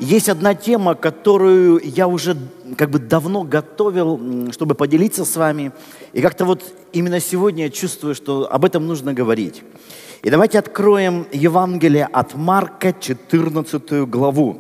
есть одна тема, которую я уже как бы давно готовил, чтобы поделиться с вами. И как-то вот именно сегодня я чувствую, что об этом нужно говорить. И давайте откроем Евангелие от Марка, 14 главу.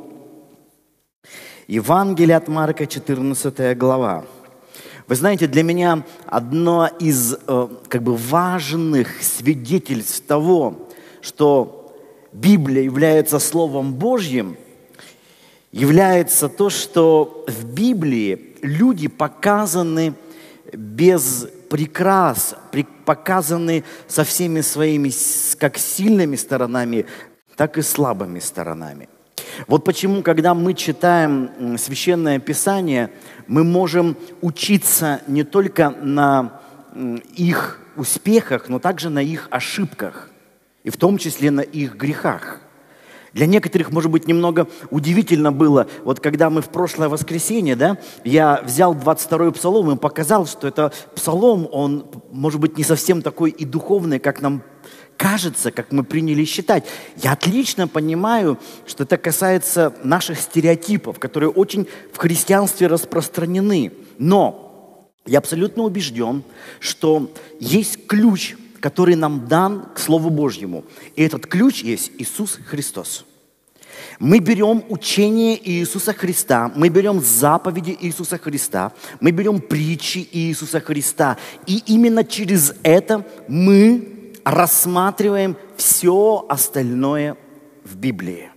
Евангелие от Марка, 14 глава. Вы знаете, для меня одно из как бы важных свидетельств того, что Библия является Словом Божьим, является то, что в Библии люди показаны без прикрас, показаны со всеми своими как сильными сторонами, так и слабыми сторонами. Вот почему, когда мы читаем Священное Писание, мы можем учиться не только на их успехах, но также на их ошибках, и в том числе на их грехах. Для некоторых, может быть, немного удивительно было, вот когда мы в прошлое воскресенье, я взял 22-й псалом и показал, что это псалом, он, может быть, не совсем такой и духовный, как нам кажется, как мы приняли считать. Я отлично понимаю, что это касается наших стереотипов, которые очень в христианстве распространены. Но я абсолютно убежден, что есть ключ, который нам дан к Слову Божьему. И этот ключ есть Иисус Христос. Мы берем учение Иисуса Христа, мы берем заповеди Иисуса Христа, мы берем притчи Иисуса Христа. И именно через это мы рассматриваем все остальное в Библии.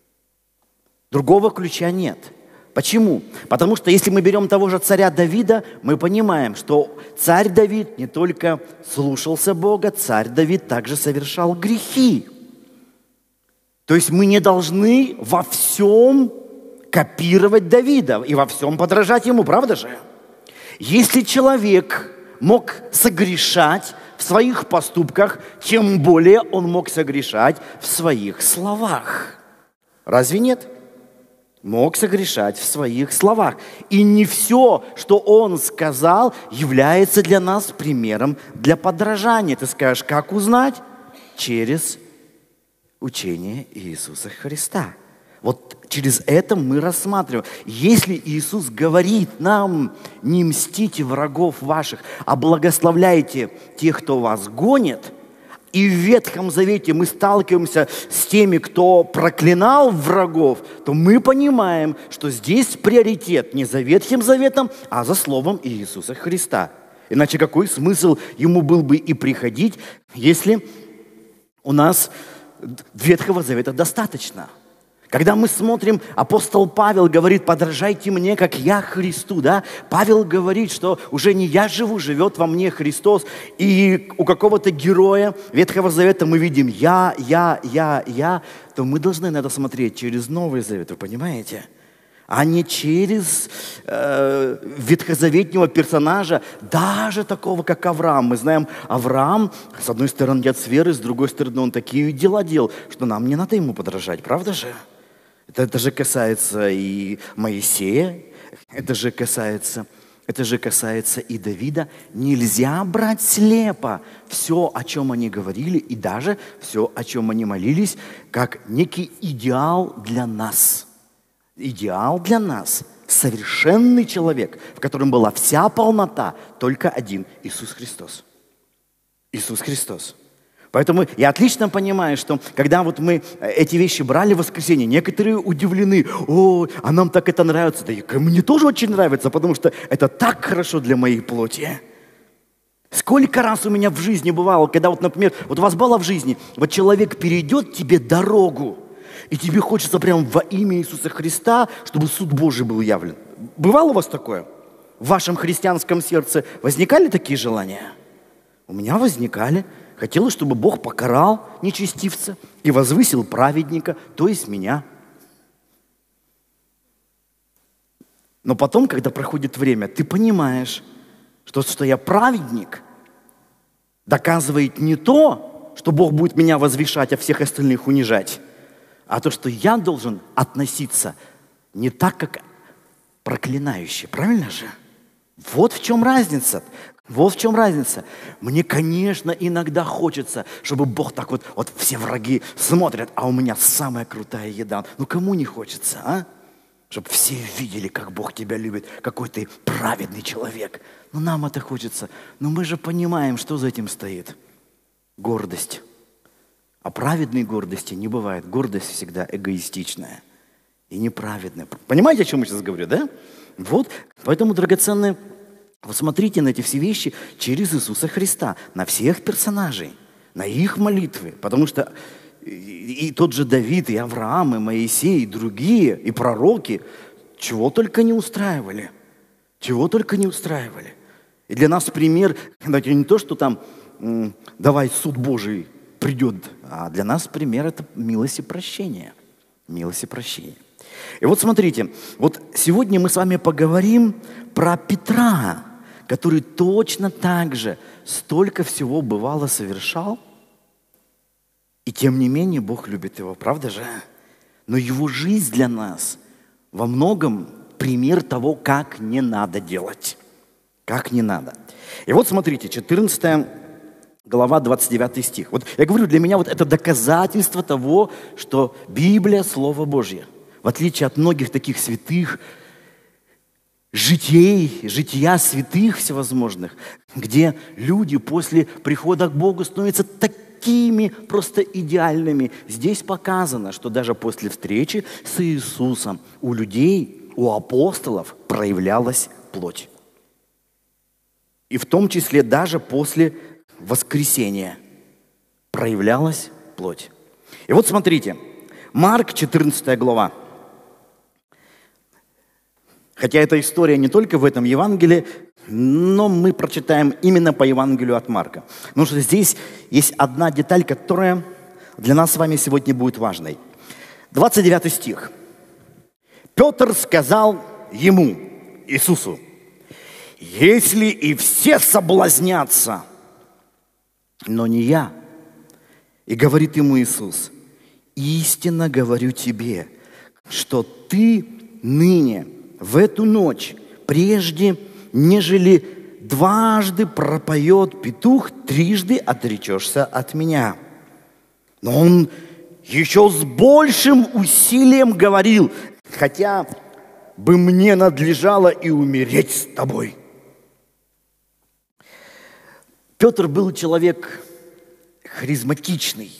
Другого ключа нет. Почему? Потому что если мы берем того же царя Давида, мы понимаем, что царь Давид не только слушался Бога, царь Давид также совершал грехи. То есть мы не должны во всем копировать Давида и во всем подражать ему, правда же? Если человек мог согрешать в своих поступках, тем более он мог согрешать в своих словах. Разве нет? Мог согрешать в своих словах. И не все, что он сказал, является для нас примером для подражания. Ты скажешь, как узнать? Через учение Иисуса Христа. Вот через это мы рассматриваем. Если Иисус говорит нам, не мстите врагов ваших, а благословляйте тех, кто вас гонит, и в Ветхом Завете мы сталкиваемся с теми, кто проклинал врагов, то мы понимаем, что здесь приоритет не за Ветхим Заветом, а за Словом Иисуса Христа. Иначе какой смысл ему был бы и приходить, если у нас Ветхого Завета достаточно? Когда мы смотрим, апостол Павел говорит, подражайте мне, как я Христу, Павел говорит, что уже не я живу, живет во мне Христос. И у какого-то героя Ветхого Завета мы видим я, то мы должны на это смотреть через Новый Завет, вы понимаете? А не через ветхозаветнего персонажа, даже такого, как Авраам. Мы знаем, Авраам, с одной стороны, отец веры, с другой стороны, он такие дела делал, что нам не надо ему подражать, правда же? Это же касается и Моисея, это же касается и Давида. Нельзя брать слепо все, о чем они говорили, и даже все, о чем они молились, как некий идеал для нас. Идеал для нас – совершенный человек, в котором была вся полнота, только один – Иисус Христос. Иисус Христос. Поэтому я отлично понимаю, что когда вот мы эти вещи брали в воскресенье, некоторые удивлены, а нам так это нравится. Да и мне тоже очень нравится, потому что это так хорошо для моей плоти. Сколько раз у меня в жизни бывало, когда вот, например, вот у вас было в жизни, вот человек перейдет тебе дорогу, и тебе хочется прямо во имя Иисуса Христа, чтобы суд Божий был явлен. Бывало у вас такое? В вашем христианском сердце возникали такие желания? У меня возникали. Хотелось, чтобы Бог покарал нечестивца и возвысил праведника, то есть меня. Но потом, когда проходит время, ты понимаешь, что я праведник, доказывает не то, что Бог будет меня возвышать, а всех остальных унижать, а то, что я должен относиться не так, как проклинающий. Правильно же? Вот в чем разница. Вот в чем разница. Мне, конечно, иногда хочется, чтобы Бог так вот все враги смотрят, а у меня самая крутая еда. Ну, кому не хочется, а? Чтобы все видели, как Бог тебя любит, какой ты праведный человек. Но нам это хочется. Но мы же понимаем, что за этим стоит. Гордость. А праведной гордости не бывает. Гордость всегда эгоистичная и неправедная. Понимаете, о чем я сейчас говорю, да? Вот. Поэтому, драгоценные, вот смотрите на эти все вещи через Иисуса Христа, на всех персонажей, на их молитвы. Потому что и тот же Давид, и Авраам, и Моисей, и другие, и пророки, чего только не устраивали. Чего только не устраивали. И для нас пример, знаете, не то, что там давай суд Божий придет, а для нас пример это милость и прощение. Милость и прощение. И вот смотрите, вот сегодня мы с вами поговорим про Петра, который точно так же столько всего бывало совершал, и тем не менее Бог любит его, правда же? Но его жизнь для нас во многом пример того, как не надо делать. Как не надо. И вот смотрите, 14 глава, 29 стих. Вот я говорю, для меня вот это доказательство того, что Библия – Слово Божье. В отличие от многих таких святых жития святых всевозможных, где люди после прихода к Богу становятся такими просто идеальными. Здесь показано, что даже после встречи с Иисусом у людей, у апостолов проявлялась плоть. И в том числе даже после воскресения проявлялась плоть. И вот смотрите, Марк, 14 глава. Хотя эта история не только в этом Евангелии, но мы прочитаем именно по Евангелию от Марка. Потому что здесь есть одна деталь, которая для нас с вами сегодня будет важной. 29 стих. Петр сказал ему, Иисусу: «Если и все соблазнятся, но не я». И говорит ему Иисус: «Истинно говорю тебе, что ты ныне, в эту ночь, прежде нежели дважды пропоет петух, трижды отречешься от меня». Но он еще с большим усилием говорил: «Хотя бы мне надлежало и умереть с тобой». Петр был человек харизматичный,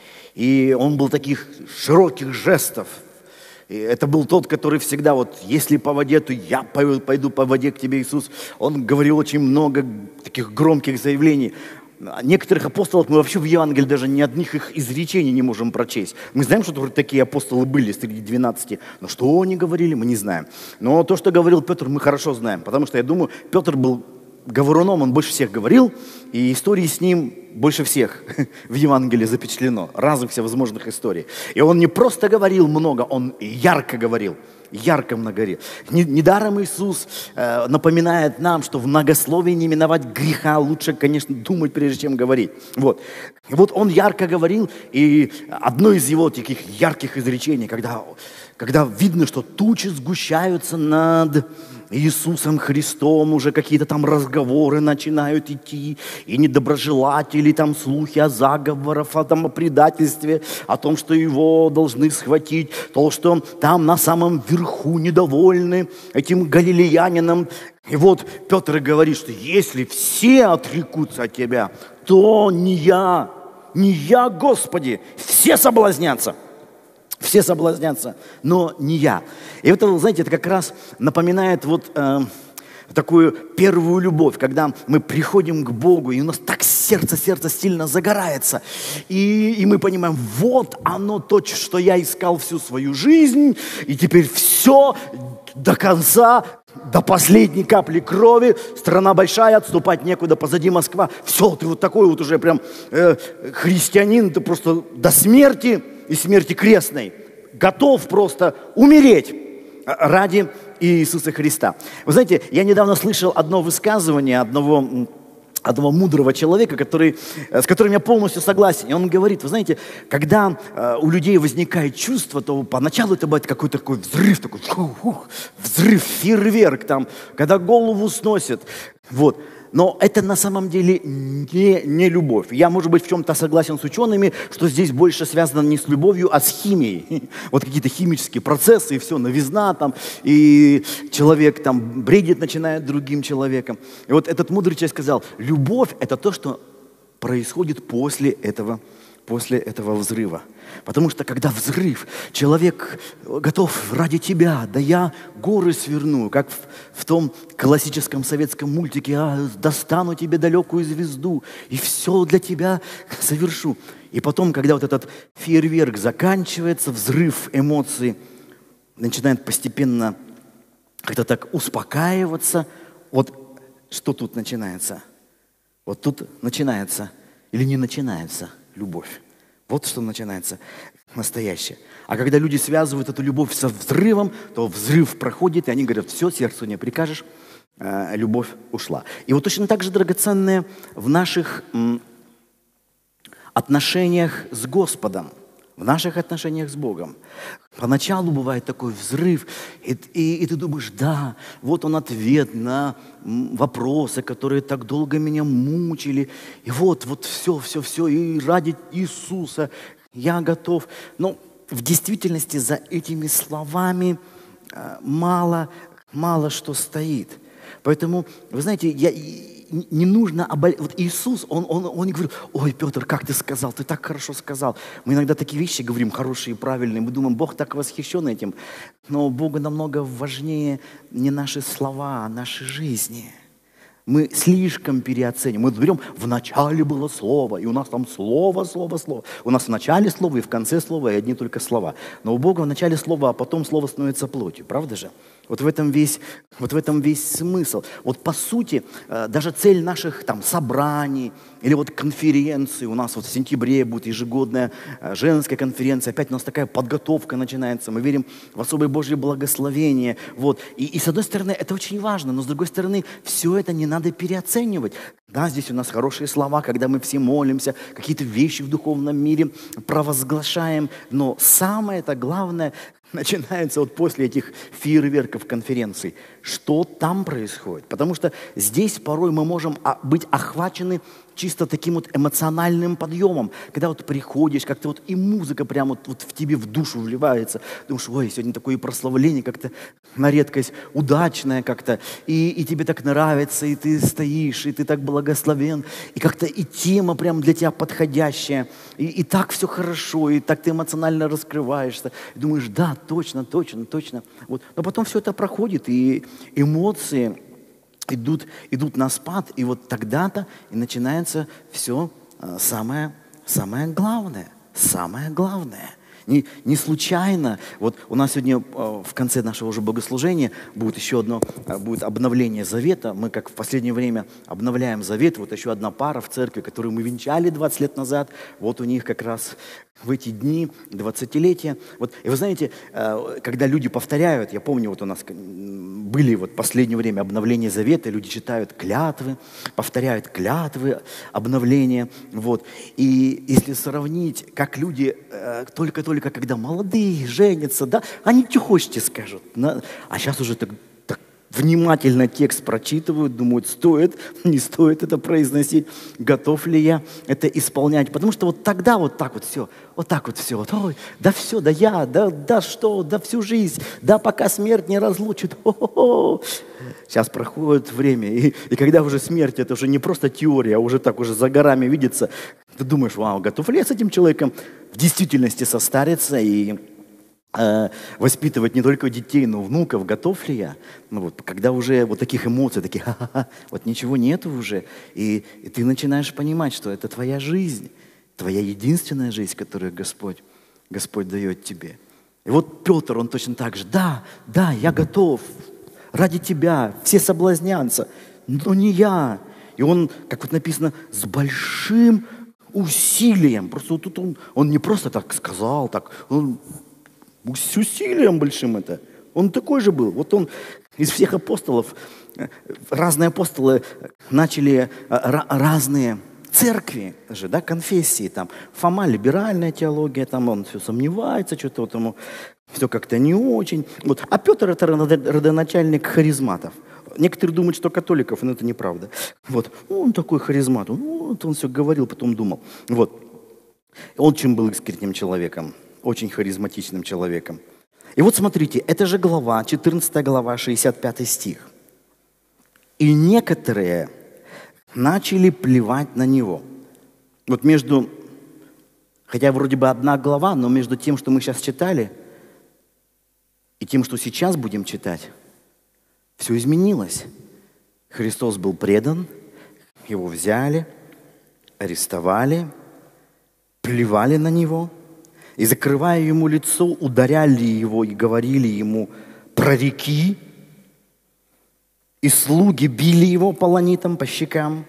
и он был таких широких жестов. И это был тот, который всегда, вот, если по воде, то я пойду по воде к тебе, Иисус. Он говорил очень много таких громких заявлений. Некоторых апостолов мы вообще в Евангелии даже ни одних их изречений не можем прочесть. Мы знаем, что такие апостолы были среди 12, но что они говорили, мы не знаем. Но то, что говорил Петр, мы хорошо знаем, потому что, я думаю, Петр был говоруном, он больше всех говорил, и истории с ним больше всех в Евангелии запечатлено, разных всевозможных историй. И он не просто говорил много, он ярко говорил, ярко многорил. Недаром Иисус напоминает нам, что в многословии не миновать греха, лучше, конечно, думать, прежде чем говорить. Вот. И вот он ярко говорил, и одно из его таких ярких изречений, когда видно, что тучи сгущаются над Иисусом Христом, уже какие-то там разговоры начинают идти, и недоброжелатели, там слухи о заговорах, о предательстве, о том, что его должны схватить, то, что там на самом верху недовольны этим галилеянином. И вот Петр говорит, что если все отрекутся от тебя, то не я, Господи, все соблазнятся. Все соблазнятся, но не я. И это, знаете, это как раз напоминает вот такую первую любовь, когда мы приходим к Богу, и у нас так сердце сильно загорается. И мы понимаем, вот оно то, что я искал всю свою жизнь, и теперь все до конца, до последней капли крови, страна большая, отступать некуда, позади Москва. Все, ты вот такой вот уже прям христианин, ты просто до смерти, и смерти крестной, готов просто умереть ради Иисуса Христа. Вы знаете, я недавно слышал одно высказывание одного мудрого человека, с которым я полностью согласен. И он говорит, вы знаете, когда у людей возникает чувство, то поначалу это бывает какой-то такой взрыв, взрыв, фейерверк, там, когда голову сносит. Вот. Но это на самом деле не любовь. Я, может быть, в чем-то согласен с учеными, что здесь больше связано не с любовью, а с химией. Вот какие-то химические процессы, и все, новизна там, и человек там бредит, начинает другим человеком. И вот этот мудрый человек сказал, любовь – это то, что происходит после этого взрыва. Потому что когда взрыв, человек готов ради тебя, да я горы сверну, как в том классическом советском мультике, достану тебе далекую звезду и все для тебя совершу. И потом, когда вот этот фейерверк заканчивается, взрыв эмоций начинает постепенно как-то так успокаиваться, вот что тут начинается? Вот тут начинается или не начинается любовь. Вот что начинается настоящее. А когда люди связывают эту любовь со взрывом, то взрыв проходит, и они говорят, все, сердцу не прикажешь, любовь ушла. И вот точно так же драгоценное в наших отношениях с Господом, в наших отношениях с Богом. Поначалу бывает такой взрыв, и ты думаешь, да, вот он ответ на вопросы, которые так долго меня мучили. И вот все, и ради Иисуса я готов. Но в действительности за этими словами мало что стоит. Поэтому, вы знаете, не нужно вот Иисус, он не говорил, ой, Петр, как ты сказал, ты так хорошо сказал. Мы иногда такие вещи говорим, хорошие и правильные, мы думаем, Бог так восхищен этим. Но Богу намного важнее не наши слова, а наши жизни. Мы слишком переоценим. Мы берем, в начале было слово, и у нас там слово. У нас в начале слово, и в конце слова, и одни только слова. Но у Бога в начале слово, а потом слово становится плотью. Правда же? Вот в этом весь смысл. Вот по сути, даже цель наших там собраний или вот конференций, у нас вот в сентябре будет ежегодная женская конференция, опять у нас такая подготовка начинается, мы верим в особое Божье благословение. Вот. И с одной стороны, это очень важно, но с другой стороны, все это не надо переоценивать. Да, здесь у нас хорошие слова, когда мы все молимся, какие-то вещи в духовном мире провозглашаем, но самое-то главное начинается вот после этих фейерверков конференций. Что там происходит? Потому что здесь порой мы можем быть охвачены чисто таким вот эмоциональным подъемом, когда вот приходишь, как-то вот и музыка прямо вот в тебе в душу вливается. Думаешь, ой, сегодня такое прославление как-то на редкость удачное как-то, и тебе так нравится, и ты стоишь, и ты так благословен, и как-то и тема прям для тебя подходящая, и так все хорошо, и так ты эмоционально раскрываешься, и думаешь, да, точно. Вот. Но потом все это проходит, и эмоции идут на спад, и вот тогда-то и начинается все самое главное. Не случайно, вот у нас сегодня в конце нашего уже богослужения будет еще одно, будет обновление завета. Мы как в последнее время обновляем завет. Вот еще одна пара в церкви, которую мы венчали 20 лет назад. Вот у них как раз в эти дни 20-летия. Вот, и вы знаете, когда люди повторяют, я помню, вот у нас были вот в последнее время обновления завета, люди читают клятвы, повторяют клятвы, обновления. Вот. И если сравнить, как люди только когда молодые женятся, да, они что хотите скажут. А сейчас уже так внимательно текст прочитывают, думают, стоит, не стоит это произносить, готов ли я это исполнять. Потому что вот тогда вот так вот все, вот, ой, да все, да я, да что, да всю жизнь, да пока смерть не разлучит. Хо-хо-хо. Сейчас проходит время, и когда уже смерть, это уже не просто теория, а уже так уже за горами видится, ты думаешь, вау, готов ли я с этим человеком в действительности состариться и воспитывать не только детей, но и внуков, готов ли я? Ну вот, когда уже вот таких эмоций, таких вот ничего нету уже, и ты начинаешь понимать, что это твоя жизнь, твоя единственная жизнь, которую Господь дает тебе. И вот Петр, он точно так же, да, я готов, ради тебя, все соблазнятся, но не я. И он, как вот написано, с большим усилием, просто вот тут он не просто так сказал, он с усилием большим это. Он такой же был. Вот он из всех апостолов, разные апостолы начали разные церкви, даже, да, конфессии. Там Фома либеральная теология, там он все сомневается, что-то вот ему все как-то не очень. Вот. А Петр это родоначальник харизматов. Некоторые думают, что католиков, но это неправда. Вот. Ну, он такой харизмат. Ну, вот он все говорил, потом думал. Вот. Он очень был искренним человеком, очень харизматичным человеком. И вот смотрите, это же глава, 14 глава, 65 стих. «И некоторые начали плевать на него». Вот между, хотя вроде бы одна глава, но между тем, что мы сейчас читали, и тем, что сейчас будем читать, все изменилось. Христос был предан, его взяли, арестовали, плевали на него, и, закрывая ему лицо, ударяли его и говорили ему «прореки», и слуги били его полонитом по щекам.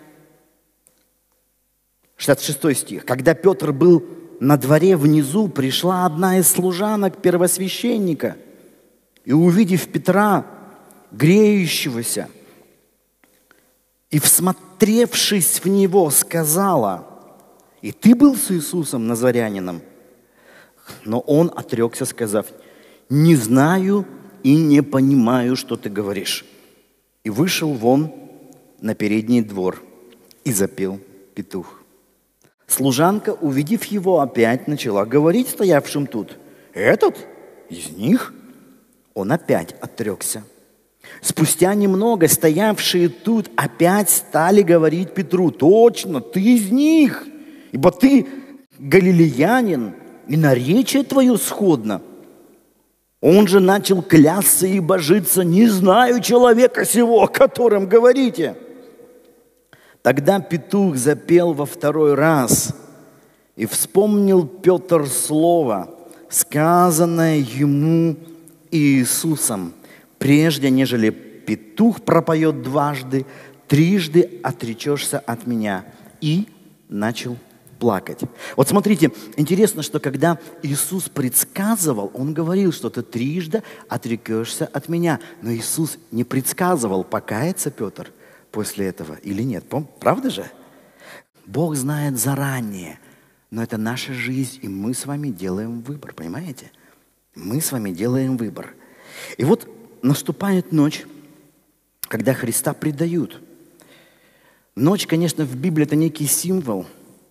66 стих. «Когда Петр был на дворе внизу, пришла одна из служанок первосвященника, и, увидев Петра, греющегося, и, всмотревшись в него, сказала: „И ты был с Иисусом Назарянином?“ Но он отрекся, сказав: „Не знаю и не понимаю, что ты говоришь“. И вышел вон на передний двор, и запел петух. Служанка, увидев его, опять начала говорить стоявшим тут: „Этот из них?“ Он опять отрекся. Спустя немного стоявшие тут опять стали говорить Петру: „Точно, ты из них, ибо ты галилеянин, и наречие твое сходно“. Он же начал клясться и божиться: „Не знаю человека сего, о котором говорите“. Тогда петух запел во второй раз, и вспомнил Петр слово, сказанное ему Иисусом: „Прежде, нежели петух пропоет дважды, трижды отречешься от меня“, и начал плакать. Вот смотрите, интересно, что когда Иисус предсказывал, Он говорил, что ты трижды отрекешься от меня. Но Иисус не предсказывал, покаяться Петр после этого или нет. Правда же? Бог знает заранее, но это наша жизнь, и мы с вами делаем выбор, понимаете? Мы с вами делаем выбор. И вот наступает ночь, когда Христа предают. Ночь, конечно, в Библии это некий символ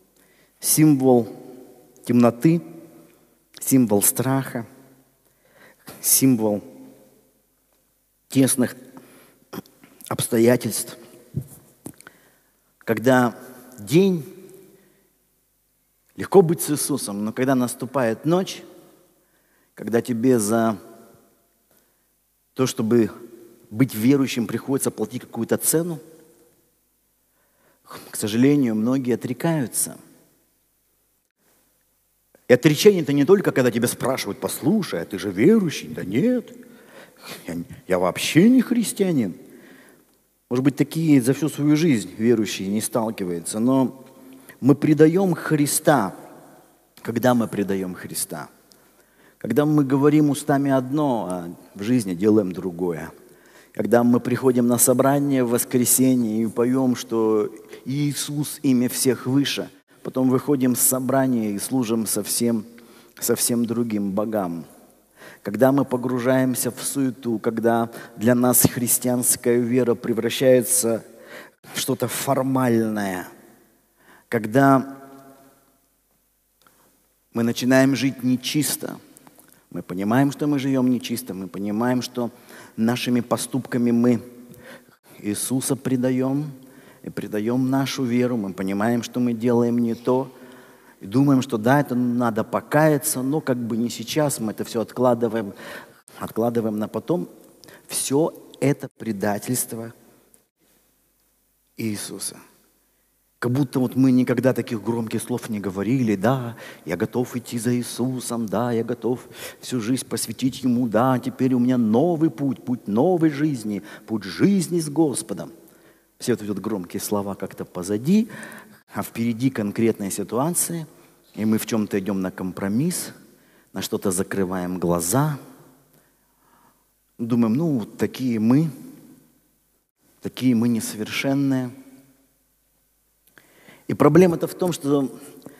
темноты, символ страха, символ тесных обстоятельств. Когда день, легко быть с Иисусом, но когда наступает ночь, когда тебе за то, чтобы быть верующим, приходится платить какую-то цену, к сожалению, многие отрекаются. И отречение – это не только, когда тебя спрашивают: „Послушай, а ты же верующий?“ Да нет, я вообще не христианин. Может быть, такие за всю свою жизнь верующие не сталкиваются, но мы предаем Христа. Когда мы предаем Христа? Когда мы говорим устами одно, а в жизни делаем другое. Когда мы приходим на собрание в воскресенье и поем, что Иисус имя всех выше, потом выходим с собрания и служим совсем другим богам. Когда мы погружаемся в суету, когда для нас христианская вера превращается в что-то формальное, когда мы начинаем жить нечисто, мы понимаем, что мы живем нечисто, мы понимаем, что нашими поступками мы Иисуса предаем и предаем нашу веру, мы понимаем, что мы делаем не то, и думаем, что да, это надо покаяться, но как бы не сейчас, мы это все откладываем на потом. Все это предательство Иисуса. Как будто вот мы никогда таких громких слов не говорили: „Да, я готов идти за Иисусом, да, я готов всю жизнь посвятить Ему, да, теперь у меня новый путь, путь новой жизни, путь жизни с Господом“. Все вот эти вот громкие слова как-то позади, а впереди конкретная ситуация, и мы в чем-то идем на компромисс, на что-то закрываем глаза, думаем: ну, такие мы несовершенные. И проблема-то в том, что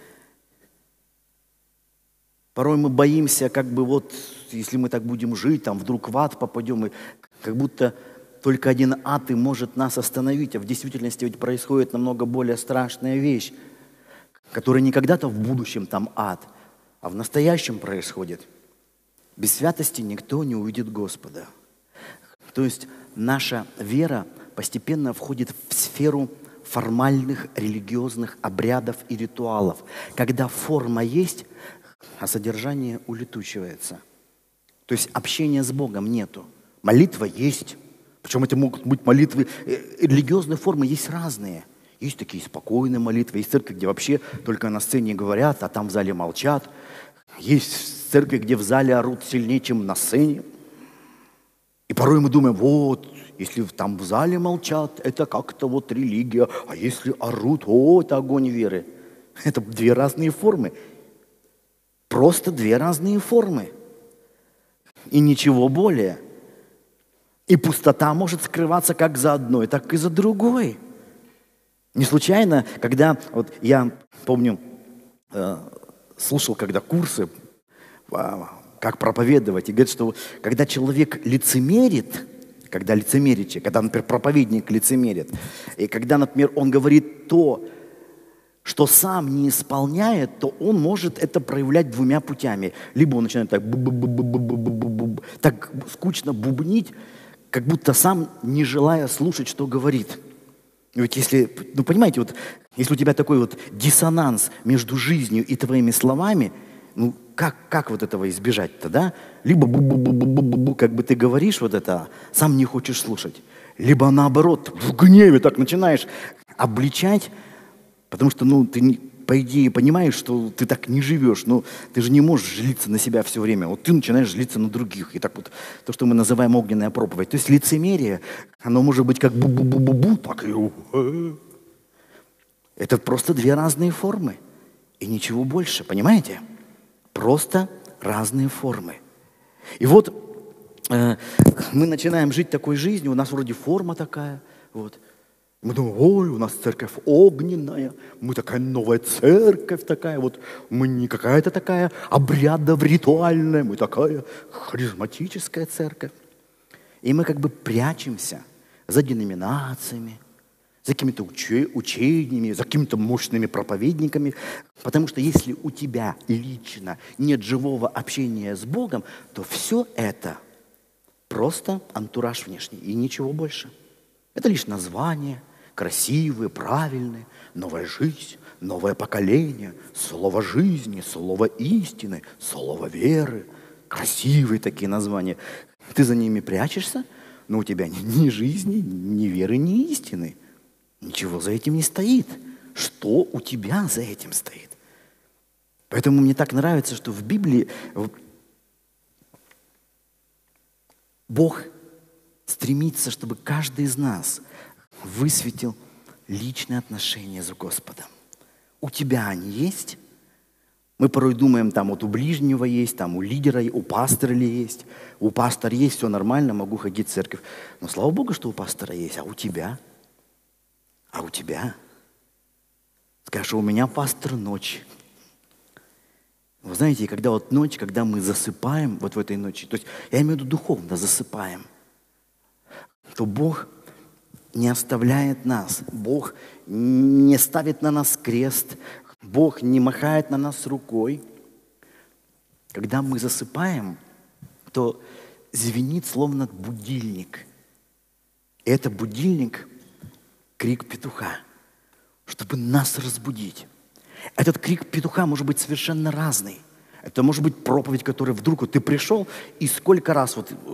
порой мы боимся, как бы вот, если мы так будем жить, там вдруг в ад попадем, и как будто только один ад и может нас остановить, а в действительности ведь происходит намного более страшная вещь, которая не когда-то в будущем там ад, а в настоящем происходит. Без святости никто не увидит Господа. То есть наша вера постепенно входит в сферу формальных религиозных обрядов и ритуалов, когда форма есть, а содержание улетучивается. То есть общения с Богом нету. Молитва есть. Причем это могут быть молитвы, религиозные формы есть разные. Есть такие спокойные молитвы, есть церкви, где вообще только на сцене говорят, а там в зале молчат. Есть церкви, где в зале орут сильнее, чем на сцене. И порой мы думаем, вот, если там в зале молчат, это как-то вот религия, а если орут, это огонь веры. Это две разные формы. Просто две разные формы. И ничего более. И пустота может скрываться как за одной, так и за другой. Не случайно, когда, вот я помню, слушал когда курсы, как проповедовать, и говорят, что когда человек лицемерит, когда, например, проповедник лицемерит, и когда, например, он говорит то, что сам не исполняет, то он может это проявлять двумя путями. Либо он начинает так скучно бубнить, как будто сам не желая слушать, что говорит. Ведь если, понимаете, вот если у тебя такой вот диссонанс между жизнью и твоими словами, как вот этого избежать-то, да? Либо бу-бу-бу-бу-бу-бу, как бы ты говоришь вот это, сам не хочешь слушать. Либо наоборот, в гневе так начинаешь обличать, потому что, ты, по идее, понимаешь, что ты так не живешь, но ты же не можешь злиться на себя все время. Вот ты начинаешь злиться на других. И так вот, то, что мы называем огненная проповедь. То есть лицемерие, оно может быть как бу-бу-бу-бу-бу, так и... Это просто две разные формы. И ничего больше, понимаете? Просто разные формы. И вот мы начинаем жить такой жизнью, у нас вроде форма такая, вот. Мы думаем, у нас церковь огненная, мы такая новая церковь такая, вот мы не какая-то такая обрядово-ритуальная, мы такая харизматическая церковь. И мы как бы прячемся за деноминациями, за какими-то учениями, за какими-то мощными проповедниками, потому что если у тебя лично нет живого общения с Богом, то все это просто антураж внешний и ничего больше. Это лишь название, красивые, правильные, новая жизнь, новое поколение, слово жизни, слово истины, слово веры. Красивые такие названия. Ты за ними прячешься, но у тебя ни жизни, ни веры, ни истины. Ничего за этим не стоит. Что у тебя за этим стоит? Поэтому мне так нравится, что в Библии Бог стремится, чтобы каждый из нас высветил личные отношения с Господом. У тебя они есть? Мы порой думаем, там вот у ближнего есть, там у лидера, у пастора ли есть. У пастора есть, все нормально, могу ходить в церковь. Но слава Богу, что у пастора есть, а у тебя? А у тебя? Скажешь, у меня пастор ночь. Вы знаете, когда вот ночь, когда мы засыпаем вот в этой ночи, то есть я имею в виду духовно засыпаем, то Бог не оставляет нас, Бог не ставит на нас крест, Бог не махает на нас рукой. Когда мы засыпаем, то звенит словно будильник. И это будильник — крик петуха, чтобы нас разбудить. Этот крик петуха может быть совершенно разный. Это может быть проповедь, которая вдруг вот ты пришел, и сколько раз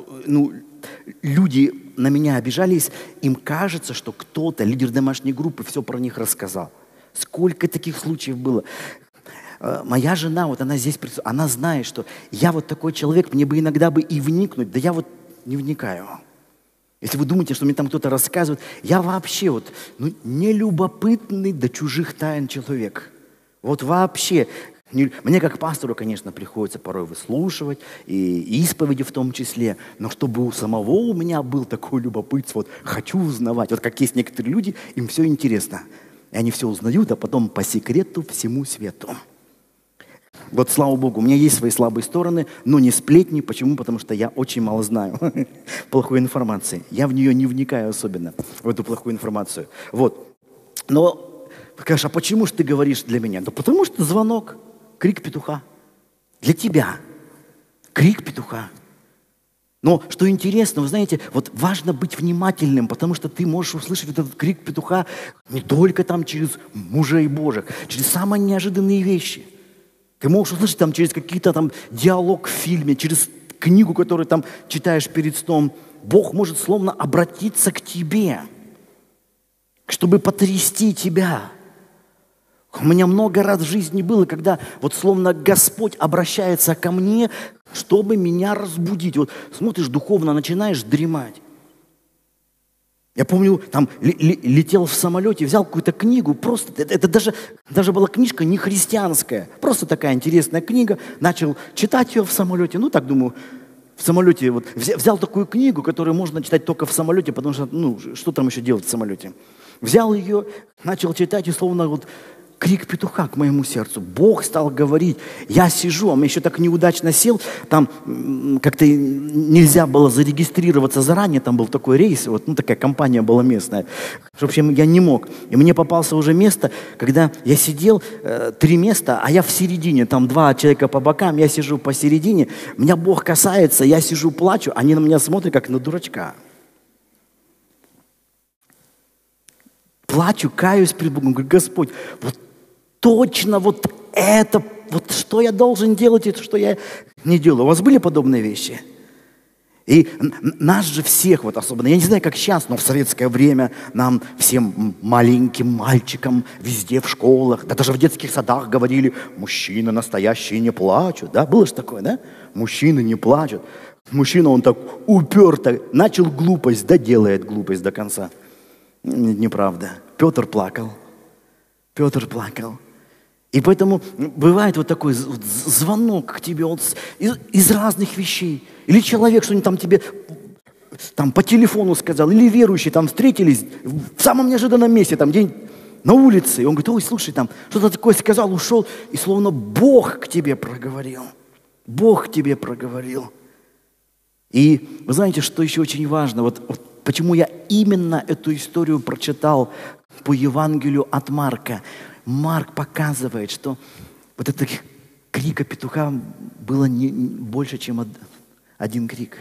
люди на меня обижались, им кажется, что кто-то, лидер домашней группы, все про них рассказал. Сколько таких случаев было. Моя жена, вот она здесь, она знает, что я вот такой человек, мне бы иногда бы и вникнуть, да я вот не вникаю. Если вы думаете, что мне там кто-то рассказывает, я вообще нелюбопытный до чужих тайн человек. Вот вообще. Мне как пастору, конечно, приходится порой выслушивать, и исповеди в том числе, но чтобы у самого у меня был такой любопытство, вот хочу узнавать. Вот как есть некоторые люди, им все интересно. И они все узнают, а потом по секрету всему свету. Вот слава Богу, у меня есть свои слабые стороны, но не сплетни. Почему? Потому что я очень мало знаю плохой информации. Я в нее не вникаю особенно, в эту плохую информацию. Вот. Но, скажешь, а почему же ты говоришь для меня? Да потому что звонок, крик петуха. Для тебя. Крик петуха. Но что интересно, вы знаете, вот важно быть внимательным, потому что ты можешь услышать этот крик петуха не только там через мужей Божьих, через самые неожиданные вещи. Ты можешь услышать там через какие-то там диалог в фильме, через книгу, которую там читаешь перед сном. Бог может словно обратиться к тебе, чтобы потрясти тебя. У меня много раз в жизни было, когда вот словно Господь обращается ко мне, чтобы меня разбудить. Вот смотришь, духовно начинаешь дремать. Я помню, там летел в самолете, взял какую-то книгу, просто, это даже была книжка не христианская, просто такая интересная книга, начал читать ее в самолете, ну так думаю, в самолете, вот взял такую книгу, которую можно читать только в самолете, потому что, ну, что там еще делать в самолете? Взял ее, начал читать, и словно вот крик петуха к моему сердцу. Бог стал говорить. Я сижу, а я еще так неудачно сел. Там как-то нельзя было зарегистрироваться заранее. Там был такой рейс, вот, ну, такая компания была местная. В общем, я не мог. И мне попался уже место, когда я сидел, 3 места, а я в середине. Там 2 человека по бокам, я сижу посередине. Меня Бог касается, я сижу, плачу. Они на меня смотрят, как на дурачка. Плачу, каюсь перед Богом. Говорю, Господь, вот точно вот это, вот что я должен делать, и что я не делаю. У вас были подобные вещи? И нас же всех, вот особенно, я не знаю, как сейчас, но в советское время нам, всем маленьким мальчикам, везде в школах, да даже в детских садах говорили, мужчины настоящие не плачут. Да, было же такое, да? Мужчины не плачут. Мужчина, он так уперто начал глупость, да делает глупость до конца. Неправда. Петр плакал. Петр плакал. И поэтому бывает вот такой звонок к тебе вот из разных вещей. Или человек что-нибудь там тебе там, по телефону сказал, или верующие там встретились в самом неожиданном месте, там где на улице. И он говорит, ой, слушай, там что-то такое сказал, ушел. И словно Бог к тебе проговорил. Бог к тебе проговорил. И вы знаете, что еще очень важно? Вот почему я именно эту историю прочитал по Евангелию от Марка. Марк показывает, что вот это крика петуха было не больше, чем один крик.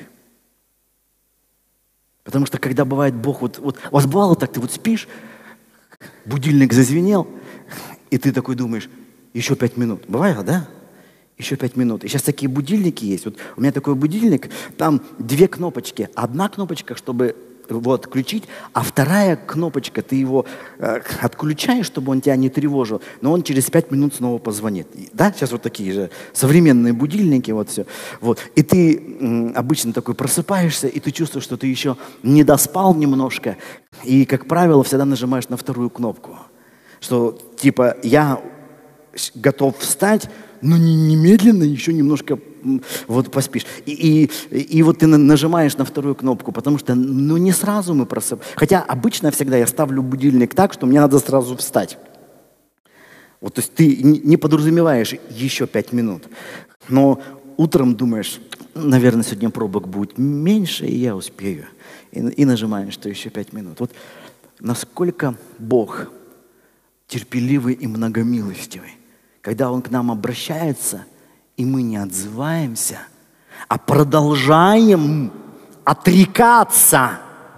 Потому что когда бывает Бог, вот у вас бывало так, ты вот спишь, будильник зазвенел, и ты такой думаешь, еще 5 минут. Бывало, да? Еще 5 минут. И сейчас такие будильники есть. Вот у меня такой будильник, там 2 кнопочки. Одна кнопочка, чтобы его отключить, а вторая кнопочка, ты его отключаешь, чтобы он тебя не тревожил, но он через 5 минут снова позвонит. Да, сейчас вот такие же современные будильники, вот все. Вот. И ты обычно такой просыпаешься, и ты чувствуешь, что ты еще не доспал немножко, и, как правило, всегда нажимаешь на вторую кнопку. Что, типа, я готов встать, но немедленно еще немножко вот поспишь. И вот ты нажимаешь на вторую кнопку, потому что, ну, не сразу мы просыпаемся. Хотя обычно всегда я ставлю будильник так, что мне надо сразу встать. Вот, то есть ты не подразумеваешь еще 5 минут. Но утром думаешь, наверное, сегодня пробок будет меньше, и я успею. И нажимаешь, что еще 5 минут. Вот насколько Бог терпеливый и многомилостивый. Когда Он к нам обращается, и мы не отзываемся, а продолжаем отрекаться.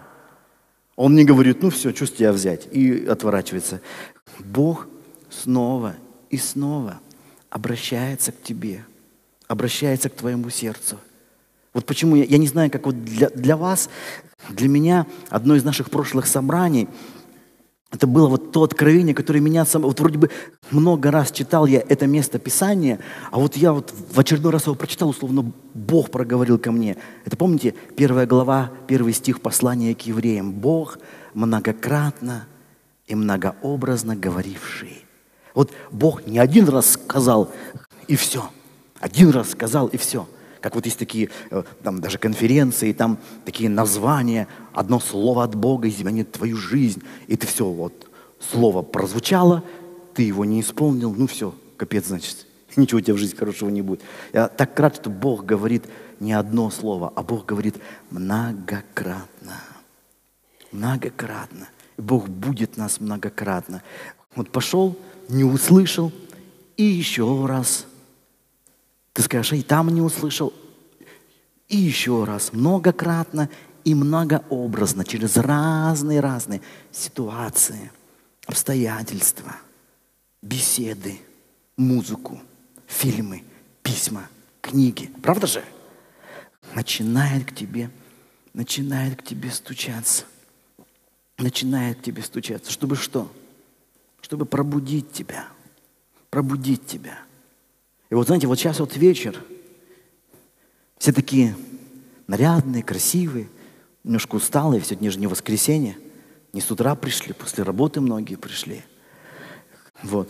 Он не говорит, ну все, что с тебя взять, и отворачивается. Бог снова и снова обращается к тебе, обращается к твоему сердцу. Вот почему, я не знаю, как вот для вас, для меня, одно из наших прошлых собраний, это было вот то откровение, которое меня вот вроде бы много раз читал я это место Писания, а вот я вот в очередной раз его прочитал, условно Бог проговорил ко мне. Это помните, 1 глава, 1 стих послания к евреям. Бог многократно и многообразно говоривший. Вот Бог не один раз сказал, и все. Один раз сказал, и все. Как вот есть такие, там даже конференции, там такие названия, одно слово от Бога изменит твою жизнь. И ты все, вот, слово прозвучало, ты его не исполнил, ну все, капец, значит. ничего у тебя в жизни хорошего не будет. Я так рад, что Бог говорит не одно слово, а Бог говорит многократно. Многократно. И Бог будет нас многократно. Вот пошел, не услышал, и еще раз. Ты скажешь, и там не услышал, и еще раз. Многократно и многообразно, через разные ситуации, обстоятельства, беседы, музыку, фильмы, письма, книги. Правда же? Начинает к тебе стучаться. Начинает к тебе стучаться. Чтобы что? Чтобы пробудить тебя. Пробудить тебя. И вот знаете, вот сейчас вот вечер. Все такие нарядные, красивые, немножко усталые. Сегодня же не воскресенье. Не с утра пришли, после работы многие пришли. Вот.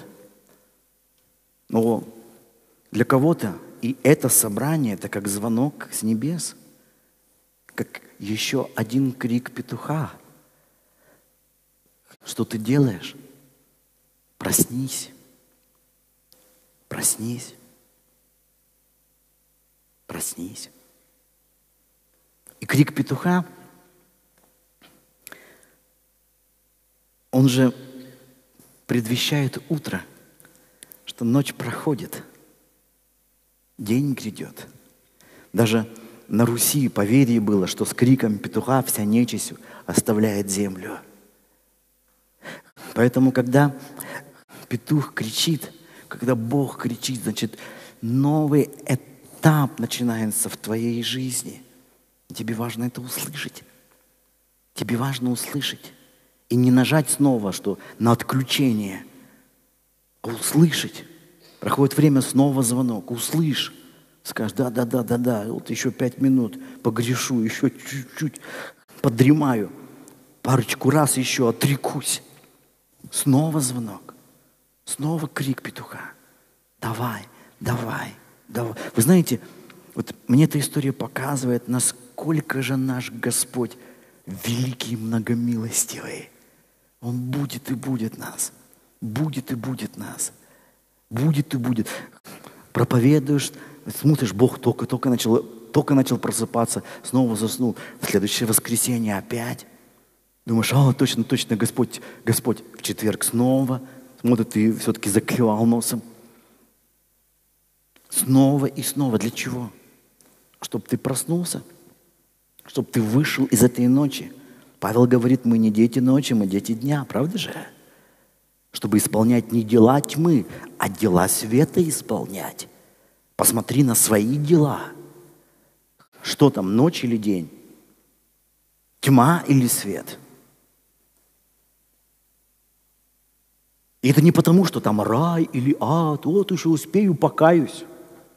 Но для кого-то и это собрание, это как звонок с небес. Как еще один крик петуха. Что ты делаешь? Проснись. Проснись. Проснись. И крик петуха, он же предвещает утро, что ночь проходит, день грядет. Даже на Руси поверье было, что с криком петуха вся нечисть оставляет землю. Поэтому, когда петух кричит, когда Бог кричит, значит, новый этап начинается в твоей жизни. Тебе важно это услышать. Тебе важно услышать. И не нажать снова, что на отключение, а услышать. Проходит время, снова звонок. Услышь. Скажешь, да, вот еще 5 минут погрешу, еще чуть-чуть подремаю. Парочку раз еще отрекусь. Снова звонок. Снова крик петуха. Давай. Вы знаете, вот мне эта история показывает, насколько же наш Господь великий и многомилостивый. Он будет и будет нас. Будет и будет нас. Будет и будет. Проповедуешь, смотришь, Бог только начал просыпаться, снова заснул. В следующее воскресенье опять. Думаешь, точно, Господь, в четверг снова. Смотрит, ты все-таки заклевал носом. Снова и снова. Для чего? Чтобы ты проснулся. Чтобы ты вышел из этой ночи. Павел говорит, мы не дети ночи, мы дети дня. Правда же? Чтобы исполнять не дела тьмы, а дела света исполнять. Посмотри на свои дела. Что там, ночь или день? Тьма или свет? И это не потому, что там рай или ад. Вот еще успею, покаюсь.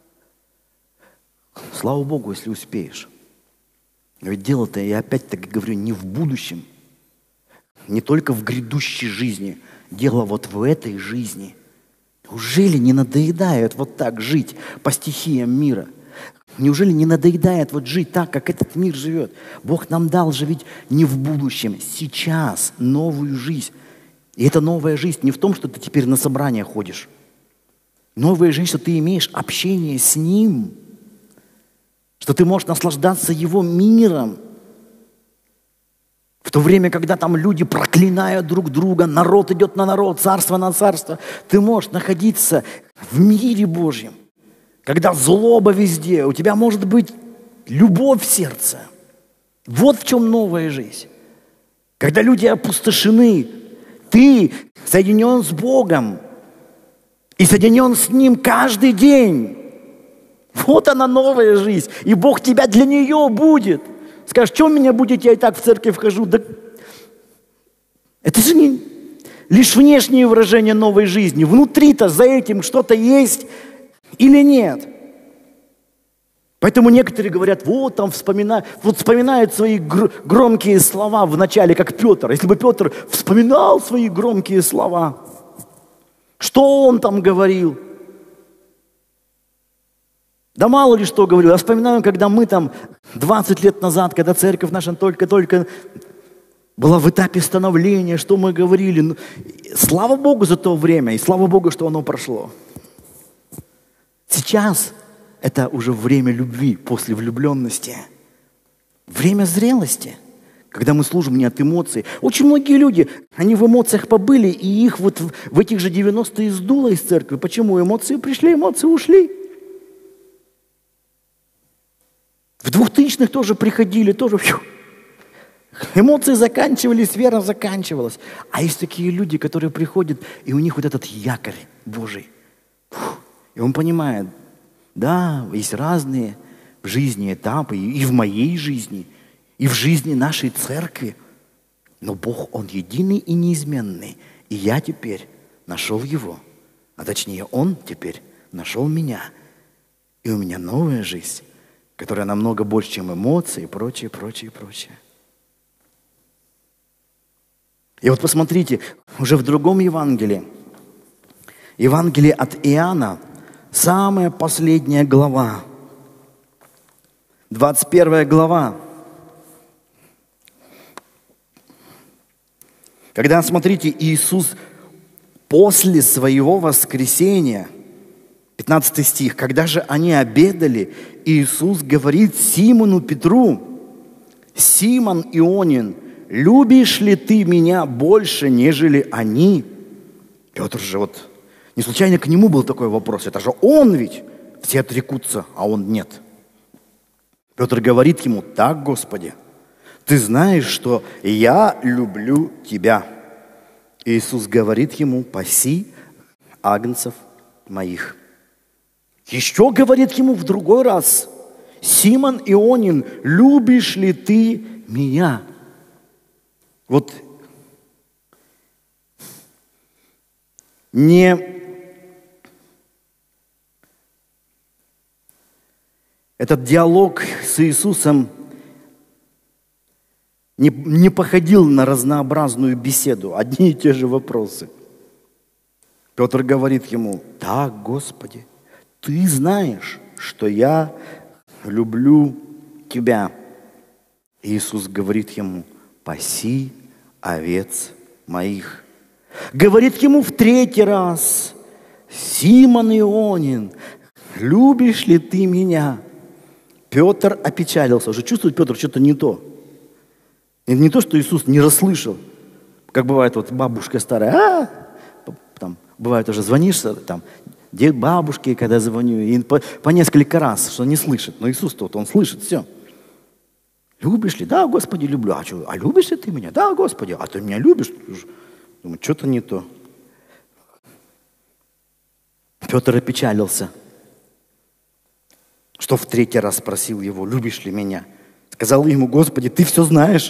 Слава Богу, если успеешь. Но ведь дело-то, я опять-таки говорю, не в будущем. Не только в грядущей жизни. Дело вот в этой жизни. Неужели не надоедает вот так жить по стихиям мира? Неужели не надоедает вот жить так, как этот мир живет? Бог нам дал жить не в будущем, сейчас новую жизнь. И эта новая жизнь не в том, что ты теперь на собрания ходишь. Новая жизнь, что ты имеешь общение с Ним. Что ты можешь наслаждаться Его миром. В то время, когда там люди проклинают друг друга, народ идет на народ, царство на царство, ты можешь находиться в мире Божьем. Когда злоба везде, у тебя может быть любовь в сердце. Вот в чем новая жизнь. Когда люди опустошены, ты соединен с Богом и соединен с Ним каждый день. Вот она новая жизнь. И Бог тебя для нее будет. Скажешь, что меня будет, я и так в церковь хожу. Да это же не лишь внешнее выражение новой жизни. Внутри-то за этим что-то есть или нет. Поэтому некоторые говорят, вот там вспоминают свои громкие слова в начале, как Петр. Если бы Петр вспоминал свои громкие слова, что он там говорил? Да мало ли что говорил. Я вспоминаю, когда мы там 20 лет назад, когда церковь наша только-только была в этапе становления, что мы говорили. Слава Богу за то время, и слава Богу, что оно прошло. Сейчас это уже время любви после влюбленности. Время зрелости, когда мы служим не от эмоций. Очень многие люди, они в эмоциях побыли, и их вот в этих же 90-е сдуло из церкви. Почему? Эмоции пришли, эмоции ушли. В 2000-х тоже приходили, тоже фью. Эмоции заканчивались, вера заканчивалась. А есть такие люди, которые приходят, и у них вот этот якорь Божий. И он понимает, да, есть разные в жизни этапы, и в моей жизни, и в жизни нашей церкви. Но Бог, Он единый и неизменный. И я теперь нашел Его. А точнее, Он теперь нашел меня. И у меня новая жизнь, которая намного больше, чем эмоции и прочее, прочее, прочее. И вот посмотрите, уже в другом Евангелии, Евангелие от Иоанна, самая последняя глава, 21 глава. Когда, смотрите, Иисус после своего воскресения, 15 стих, когда же они обедали, Иисус говорит Симону Петру: «Симон Ионин, любишь ли ты меня больше, нежели они?» Петр же вот, не случайно к нему был такой вопрос. Это же он ведь. Все отрекутся, а он нет. Петр говорит ему: «Так, Господи, ты знаешь, что я люблю тебя». Иисус говорит ему: «Паси агнцев моих». Еще говорит ему в другой раз: «Симон Ионин, любишь ли ты меня?» Вот этот диалог с Иисусом не походил на разнообразную беседу, одни и те же вопросы. Петр говорит ему: «Так, Господи, ты знаешь, что я люблю тебя». Иисус говорит ему: «Паси овец моих». Говорит ему в третий раз: «Симон Ионин, любишь ли ты меня?» Петр опечалился. Уже чувствует Петр что-то не то. И не то, что Иисус не расслышал. Как бывает, вот бабушка старая, там, бывает уже звонишь, там, бабушке, когда звоню, и по несколько раз, что не слышит. Но Иисус тут, Он слышит все. «Любишь ли?» «Да, Господи, люблю». «А что? А любишь ли ты меня?» «Да, Господи». «А ты меня любишь?» Думаю, что-то не то. Петр опечалился, что в третий раз спросил его: «Любишь ли меня?» Сказал ему: «Господи, ты все знаешь.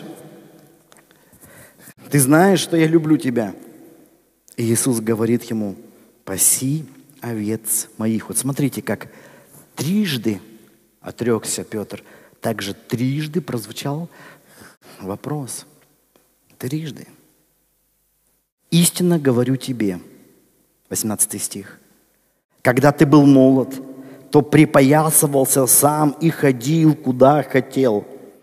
Ты знаешь, что я люблю тебя». И Иисус говорит ему: «Паси овец моих». Вот смотрите, как трижды отрекся Петр, также трижды прозвучал вопрос. Трижды. «Истинно говорю тебе», 18 стих, «когда ты был молод, то припоясывался сам и ходил, куда хотел.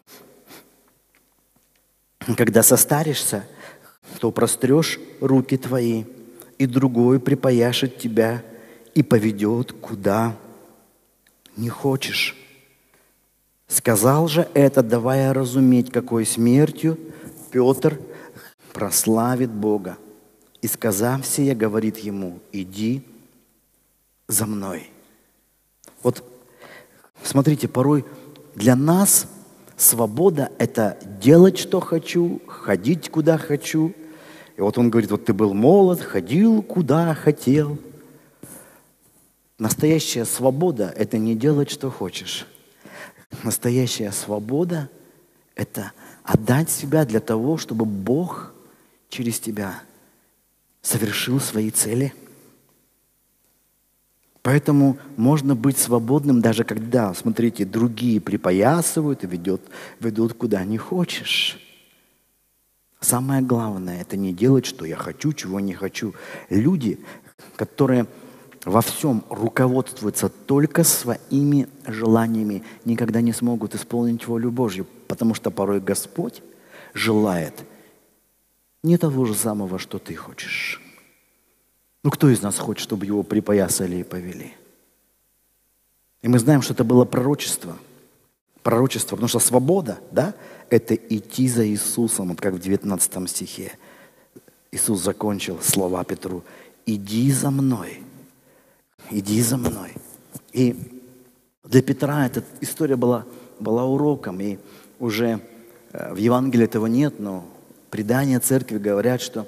Когда состаришься, то прострешь руки твои, и другой припояшет тебя и поведет, куда не хочешь». Сказал же это, давая разуметь, какой смертью Петр прославит Бога. И, сказав сие, говорит ему: «Иди за мной». Вот смотрите, порой для нас свобода – это делать, что хочу, ходить, куда хочу. И вот он говорит: вот ты был молод, ходил, куда хотел. Настоящая свобода – это не делать, что хочешь. Настоящая свобода – это отдать себя для того, чтобы Бог через тебя совершил свои цели. Поэтому можно быть свободным, даже когда, смотрите, другие припоясывают и ведут куда не хочешь. Самое главное – это не делать, что я хочу, чего не хочу. Люди, которые во всем руководствуются только своими желаниями, никогда не смогут исполнить волю Божью, потому что порой Господь желает не того же самого, что ты хочешь. Ну, кто из нас хочет, чтобы его припоясали и повели? И мы знаем, что это было пророчество. Пророчество, потому что свобода, да, это идти за Иисусом, вот как в 19 стихе. Иисус закончил слова Петру: «Иди за мной, иди за мной». И для Петра эта история была уроком, и уже в Евангелии этого нет, но предания церкви говорят, что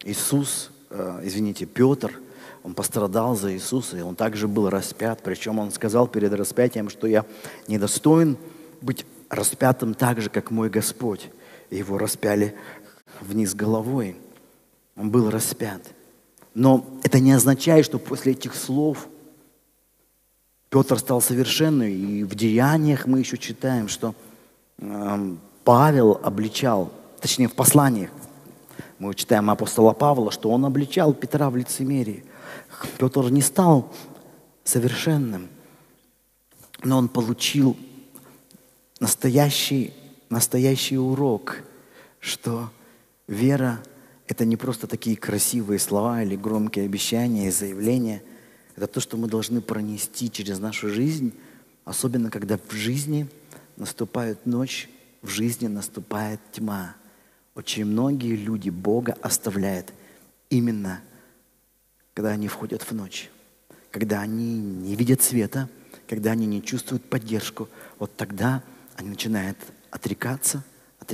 Петр, он пострадал за Иисуса, и он также был распят, причем он сказал перед распятием, что я недостоин быть распятым так же, как мой Господь. И его распяли вниз головой. Он был распят. Но это не означает, что после этих слов Петр стал совершенным. И в Деяниях мы еще читаем, что Павел обличал, точнее в посланиях, мы читаем апостола Павла, что он обличал Петра в лицемерии. Петр не стал совершенным, но он получил настоящий урок, что вера – это не просто такие красивые слова или громкие обещания и заявления. Это то, что мы должны пронести через нашу жизнь, особенно когда в жизни наступает ночь, в жизни наступает тьма. Очень многие люди Бога оставляют именно, когда они входят в ночь, когда они не видят света, когда они не чувствуют поддержку. Вот тогда они начинают отрекаться.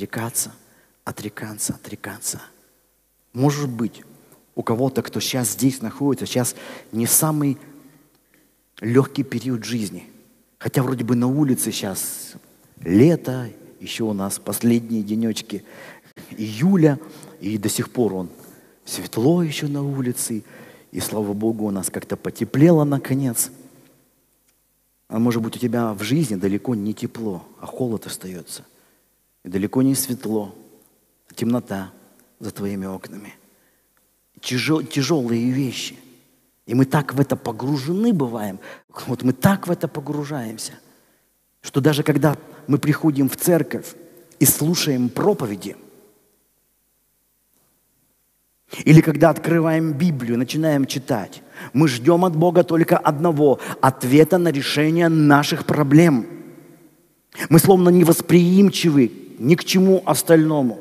Может быть, у кого-то, кто сейчас здесь находится, сейчас не самый легкий период жизни. Хотя вроде бы на улице сейчас лето, еще у нас последние денечки июля, и до сих пор он светло еще на улице, и слава Богу, у нас как-то потеплело наконец. А может быть, у тебя в жизни далеко не тепло, а холод остается. И далеко не светло, а темнота за твоими окнами. Тяжелые вещи. И мы так в это погружены бываем, вот мы так в это погружаемся, что даже когда мы приходим в церковь и слушаем проповеди, или когда открываем Библию, начинаем читать, мы ждем от Бога только одного – ответа на решение наших проблем. Мы словно невосприимчивы ни к чему остальному.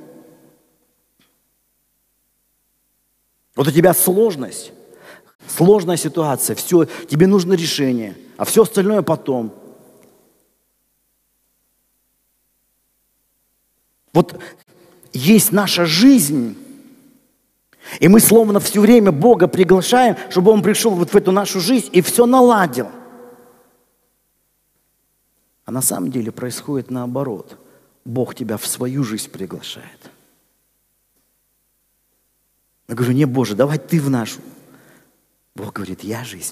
Вот у тебя сложность, сложная ситуация, все, тебе нужно решение, а все остальное потом. Вот есть наша жизнь, и мы словно все время Бога приглашаем, чтобы Он пришел вот в эту нашу жизнь и все наладил. А на самом деле происходит наоборот. Бог тебя в свою жизнь приглашает. Я говорю: не, Боже, давай Ты в нашу. Бог говорит: я жизнь.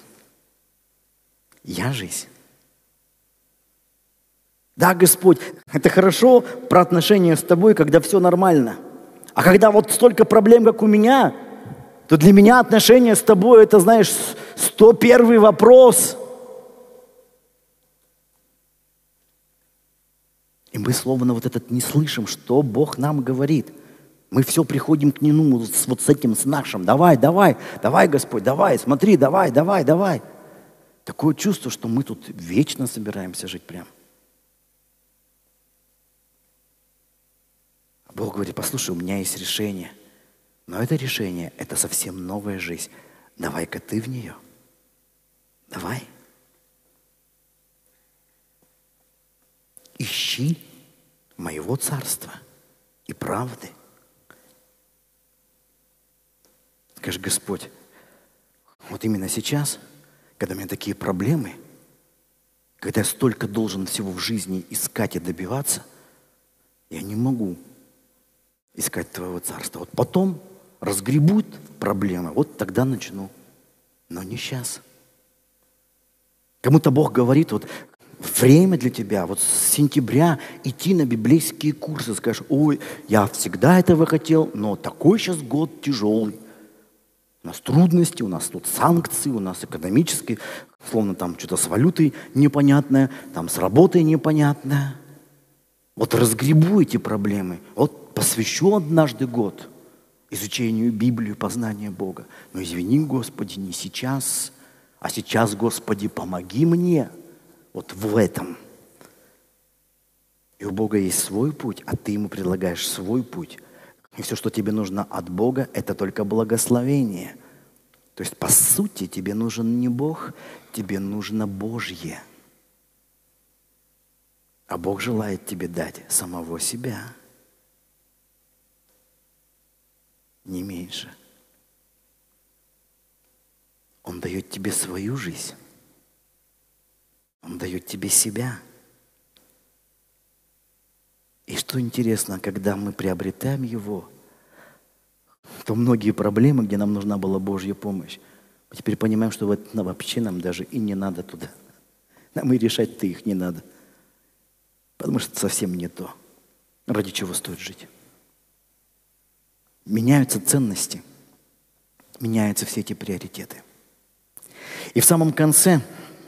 Я жизнь. Да, Господь, это хорошо про отношения с Тобой, когда все нормально. А когда вот столько проблем, как у меня, то для меня отношения с Тобой, это, знаешь, 101 вопрос. И мы словно вот этот не слышим, что Бог нам говорит. Мы все приходим к Нему вот с этим, с нашим. Давай, Господь, давай, смотри, давай. Такое чувство, что мы тут вечно собираемся жить прям. Бог говорит: послушай, у меня есть решение. Но это решение, это совсем новая жизнь. Давай-ка ты в нее. Давай. Ищи моего царства и правды. Скажи: Господь, вот именно сейчас, когда у меня такие проблемы, когда я столько должен всего в жизни искать и добиваться, я не могу искать Твоего царства. Вот потом разгребут проблемы, вот тогда начну. Но не сейчас. Кому-то Бог говорит: вот время для тебя, вот с сентября идти на библейские курсы. Скажешь: ой, я всегда этого хотел, но такой сейчас год тяжелый. У нас трудности, у нас тут санкции, у нас экономические, словно там что-то с валютой непонятное, там с работой непонятное. Вот разгребу эти проблемы, вот посвящу однажды год изучению Библии, познанию Бога. Но извини, Господи, не сейчас, а сейчас, Господи, помоги мне Вот в этом. И у Бога есть свой путь, а ты ему предлагаешь свой путь. И все, что тебе нужно от Бога, это только благословение. То есть, по сути, тебе нужен не Бог, тебе нужно Божье. А Бог желает тебе дать самого себя. Не меньше. Он дает тебе свою жизнь. Он дает тебе себя. И что интересно, когда мы приобретаем Его, то многие проблемы, где нам нужна была Божья помощь, мы теперь понимаем, что вообще нам даже и не надо туда. Нам и решать-то их не надо. Потому что это совсем не то, ради чего стоит жить. Меняются ценности, меняются все эти приоритеты. И в самом конце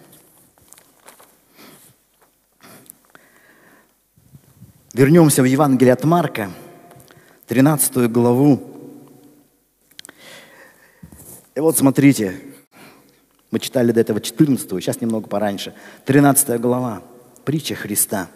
вернемся в Евангелие от Марка, 13 главу. И вот смотрите, мы читали до этого 14, сейчас немного пораньше. 13 глава, притча Христа.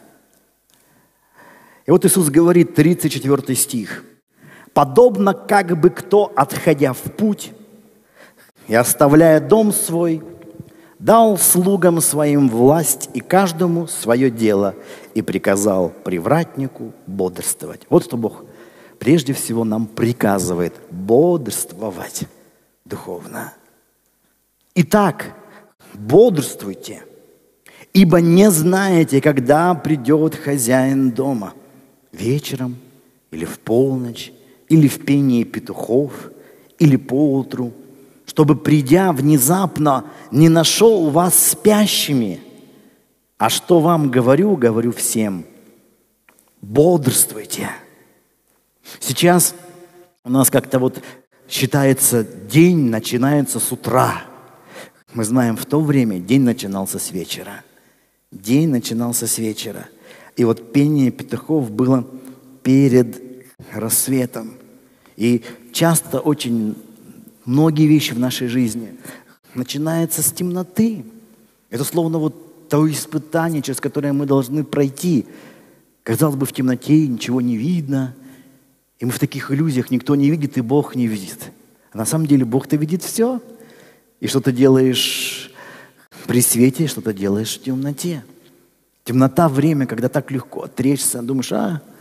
И вот Иисус говорит, 34 стих. «Подобно как бы кто, отходя в путь и оставляя дом свой, дал слугам своим власть и каждому свое дело, и приказал привратнику бодрствовать». Вот что Бог прежде всего нам приказывает – бодрствовать духовно. Итак, бодрствуйте, ибо не знаете, когда придет хозяин дома, вечером или в полночь, или в пении петухов, или поутру, чтобы, придя внезапно, не нашел вас спящими. А что вам говорю, говорю всем, бодрствуйте. Сейчас у нас как-то вот считается, день начинается с утра. Мы знаем, в то время день начинался с вечера. День начинался с вечера. И вот пение петухов было перед рассветом. И часто очень многие вещи в нашей жизни начинаются с темноты. Это словно вот то испытание, через которое мы должны пройти. Казалось бы, в темноте ничего не видно. И мы в таких иллюзиях, никто не видит, и Бог не видит. А на самом деле Бог-то видит все. И что ты делаешь при свете, что ты делаешь в темноте. Темнота – время, когда так легко отречься, думаешь,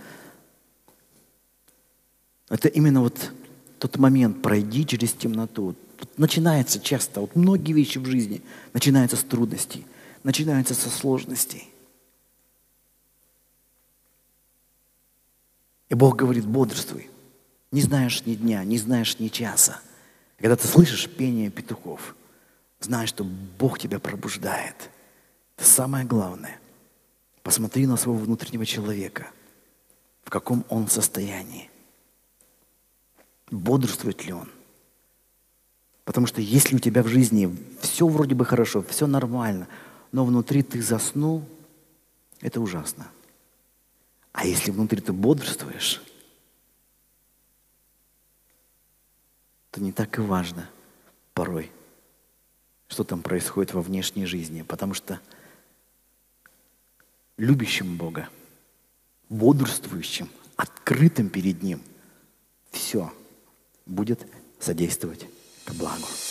это именно вот тот момент, пройди через темноту. Тут начинается часто, вот многие вещи в жизни начинаются с трудностей, начинаются со сложностей. И Бог говорит, бодрствуй. Не знаешь ни дня, не знаешь ни часа. Когда ты слышишь пение петухов, знай, что Бог тебя пробуждает. Это самое главное. Посмотри на своего внутреннего человека, в каком он состоянии. Бодрствует ли он? Потому что если у тебя в жизни все вроде бы хорошо, все нормально, но внутри ты заснул, это ужасно. А если внутри ты бодрствуешь, то не так и важно порой, что там происходит во внешней жизни, потому что любящим Бога, бодрствующим, открытым перед Ним, все будет содействовать ко благу.